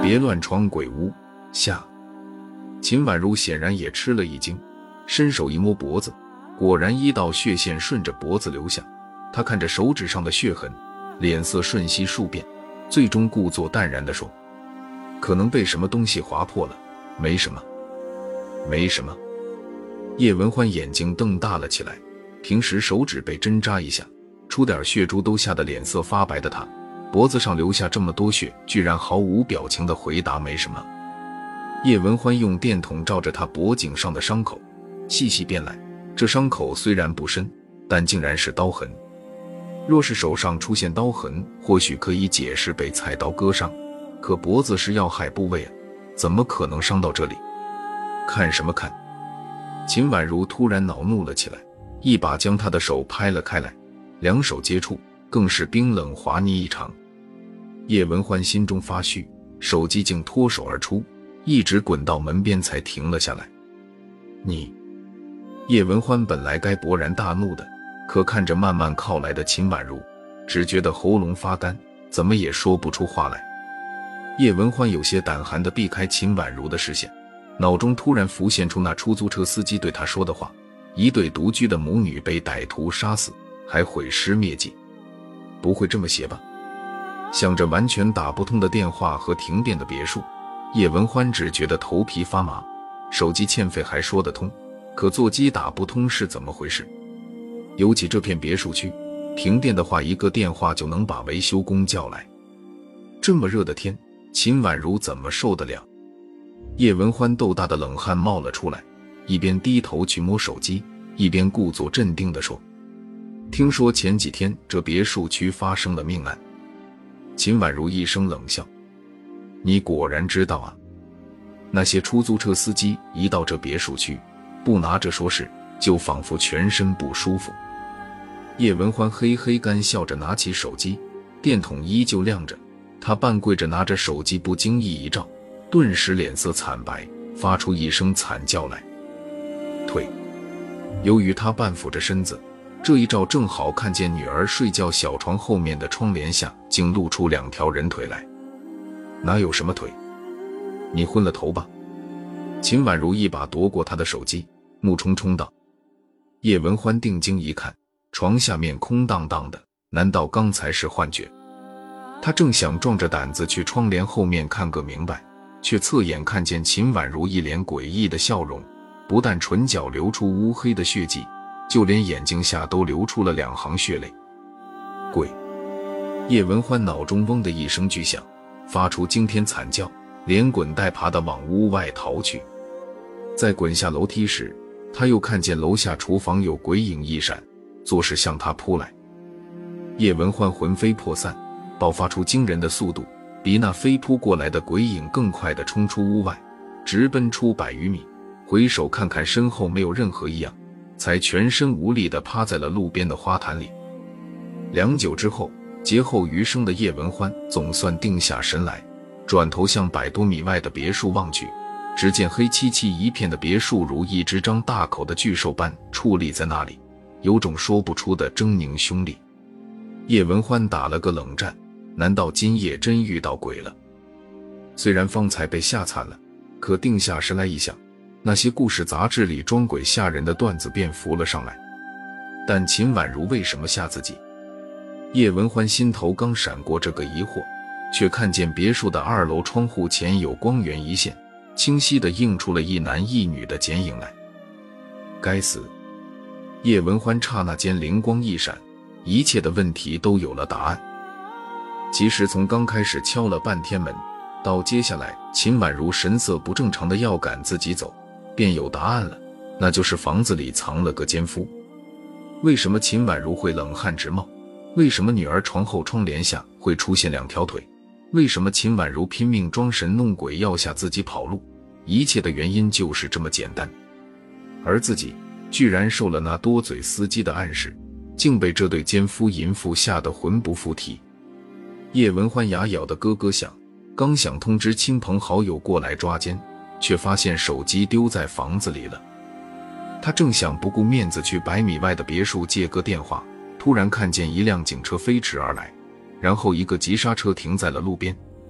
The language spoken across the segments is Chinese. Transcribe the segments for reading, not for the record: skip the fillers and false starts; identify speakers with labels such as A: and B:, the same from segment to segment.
A: 别乱闯鬼屋。下。秦婉如显然也吃了一惊，伸手一摸脖子，果然一道血线顺着脖子流下。她看着手指上的血痕，脸色瞬息数变，最终故作淡然地说：可能被什么东西划破了，没什么，没什么。叶文欢眼睛瞪大了起来，平时手指被针扎一下，出点血珠都吓得脸色发白的他，脖子上留下这么多血，居然毫无表情地回答没什么。叶文欢用电筒照着他脖颈上的伤口，细细辨来，这伤口虽然不深，但竟然是刀痕。若是手上出现刀痕，或许可以解释被菜刀割伤，可脖子是要害部位啊，怎么可能伤到这里？看什么看？秦婉如突然恼怒了起来，一把将他的手拍了开来，两手接触，更是冰冷滑腻异常。叶文欢心中发虚，手机竟脱手而出，一直滚到门边才停了下来。你……叶文欢本来该勃然大怒的，可看着慢慢靠来的秦婉如，只觉得喉咙发干，怎么也说不出话来。叶文欢有些胆寒地避开秦婉如的视线，脑中突然浮现出那出租车司机对他说的话：一对独居的母女被歹徒杀死，还毁尸灭迹。不会这么写吧？想着完全打不通的电话和停电的别墅，叶文欢只觉得头皮发麻。手机欠费还说得通，可座机打不通是怎么回事？尤其这片别墅区，停电的话一个电话就能把维修工叫来。这么热的天，秦婉如怎么受得了？叶文欢豆大的冷汗冒了出来，一边低头去摸手机，一边故作镇定地说：听说前几天这别墅区发生了命案。秦婉如一声冷笑：你果然知道啊。那些出租车司机一到这别墅区，不拿着说事，就仿佛全身不舒服。叶文欢嘿嘿干笑着拿起手机，电筒依旧亮着，他半跪着拿着手机不经意一照，顿时脸色惨白，发出一声惨叫来。腿。由于他半俯着身子，这一照正好看见女儿睡觉小床后面的窗帘下竟露出两条人腿来。哪有什么腿？你昏了头吧？秦婉如一把夺过他的手机，怒冲冲道。叶文欢定睛一看，床下面空荡荡的，难道刚才是幻觉？他正想壮着胆子去窗帘后面看个明白，却侧眼看见秦婉如一脸诡异的笑容，不但唇角流出乌黑的血迹，就连眼睛下都流出了两行血泪。鬼！叶文欢脑中嗡的一声巨响，发出惊天惨叫，连滚带爬地往屋外逃去。在滚下楼梯时，他又看见楼下厨房有鬼影一闪，作势向他扑来。叶文欢魂飞魄散，爆发出惊人的速度，比那飞扑过来的鬼影更快地冲出屋外，直奔出100余米，回首看看身后没有任何异样，才全身无力地趴在了路边的花坛里。良久之后，劫后余生的叶文欢总算定下神来，转头向100多米外的别墅望去，只见黑漆漆一片的别墅如一只张大口的巨兽般矗立在那里，有种说不出的狰狞凶厉。叶文欢打了个冷战，难道今夜真遇到鬼了？虽然方才被吓惨了，可定下神来一想，那些故事杂志里装鬼吓人的段子便浮了上来。但秦婉如为什么吓自己？叶文欢心头刚闪过这个疑惑，却看见别墅的2楼窗户前有光源一现，清晰地映出了一男一女的剪影来。该死！叶文欢刹那间灵光一闪，一切的问题都有了答案。其实从刚开始敲了半天门，到接下来秦婉如神色不正常的要赶自己走，便有答案了，那就是房子里藏了个奸夫。为什么秦婉如会冷汗直冒？为什么女儿床后窗帘下会出现2条腿？为什么秦婉如拼命装神弄鬼要吓自己跑路？一切的原因就是这么简单。而自己居然受了那多嘴司机的暗示，竟被这对奸夫淫妇吓得魂不附体。叶文欢牙咬得咯咯响，刚想通知亲朋好友过来抓奸，却发现手机丢在房子里了。他正想不顾面子去100米外的别墅借个电话，突然看见一辆警车飞驰而来，然后一个急刹车停在了路边，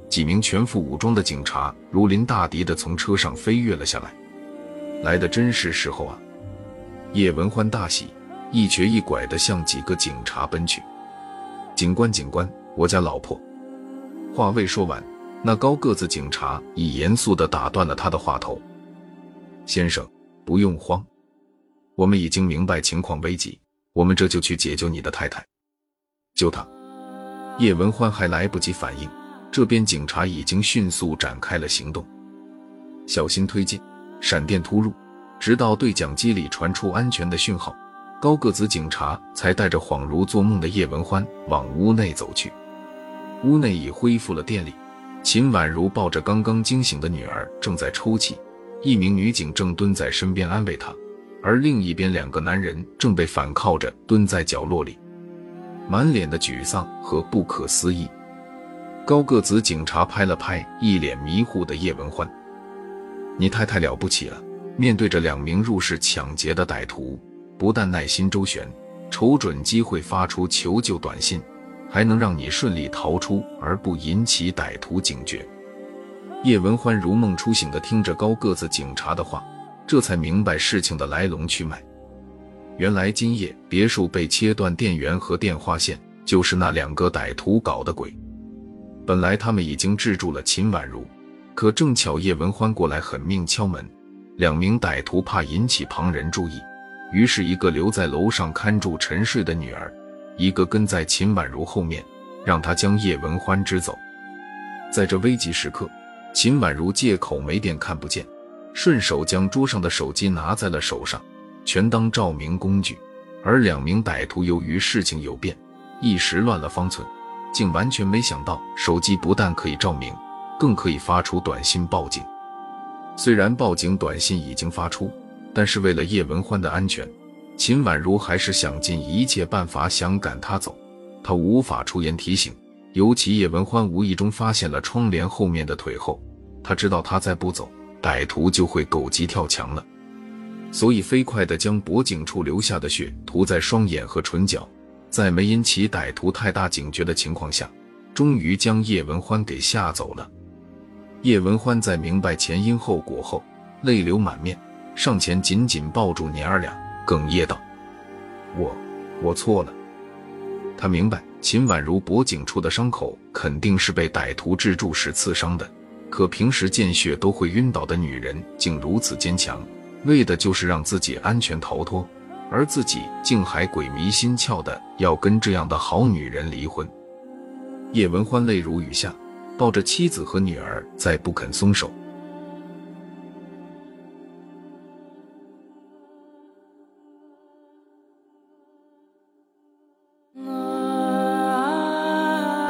A: 几名全副武装的警察如临大敌地从车上飞跃了下来。来的真是时候啊！叶文欢大喜，一瘸一拐地向几个警察奔去。警官，警官，我家老婆……话未说完，那高个子警察已严肃地打断了他的话头。先生，不用慌，我们已经明白情况危急，我们这就去解救你的太太。救她！叶文欢还来不及反应，这边警察已经迅速展开了行动。小心推进，闪电突入，直到对讲机里传出安全的讯号，高个子警察才带着恍如做梦的叶文欢往屋内走去。屋内已恢复了电力，秦婉如抱着刚刚惊醒的女儿正在抽泣，一名女警正蹲在身边安慰她，而另一边2个男人正被反铐着蹲在角落里，满脸的沮丧和不可思议。高个子警察拍了拍一脸迷糊的叶文欢：你太太了不起了，面对着2名入室抢劫的歹徒，不但耐心周旋，瞅准机会发出求救短信，还能让你顺利逃出而不引起歹徒警觉。叶文欢如梦初醒地听着高个子警察的话，这才明白事情的来龙去脉。原来今夜别墅被切断电源和电话线，就是那2个歹徒搞的鬼。本来他们已经制住了秦婉如，可正巧叶文欢过来狠命敲门，2名歹徒怕引起旁人注意，于是一个留在楼上看住沉睡的女儿，一个跟在秦婉如后面，让她将叶文欢支走。在这危急时刻，秦婉如借口没电看不见，顺手将桌上的手机拿在了手上，全当照明工具。而2名歹徒由于事情有变，一时乱了方寸，竟完全没想到手机不但可以照明，更可以发出短信报警。虽然报警短信已经发出，但是为了叶文欢的安全，秦婉如还是想尽一切办法想赶他走。她无法出言提醒，尤其叶文欢无意中发现了窗帘后面的腿后，他知道他再不走，歹徒就会狗急跳墙了，所以飞快地将脖颈处留下的血涂在双眼和唇角，在没引起歹徒太大警觉的情况下，终于将叶文欢给吓走了。叶文欢在明白前因后果后，泪流满面，上前紧紧抱住娘儿俩，哽咽道：我错了。他明白秦婉如脖颈处的伤口肯定是被歹徒制住时刺伤的，可平时见血都会晕倒的女人竟如此坚强，为的就是让自己安全逃脱，而自己竟还鬼迷心窍的要跟这样的好女人离婚。叶文欢泪如雨下，抱着妻子和女儿再不肯松手，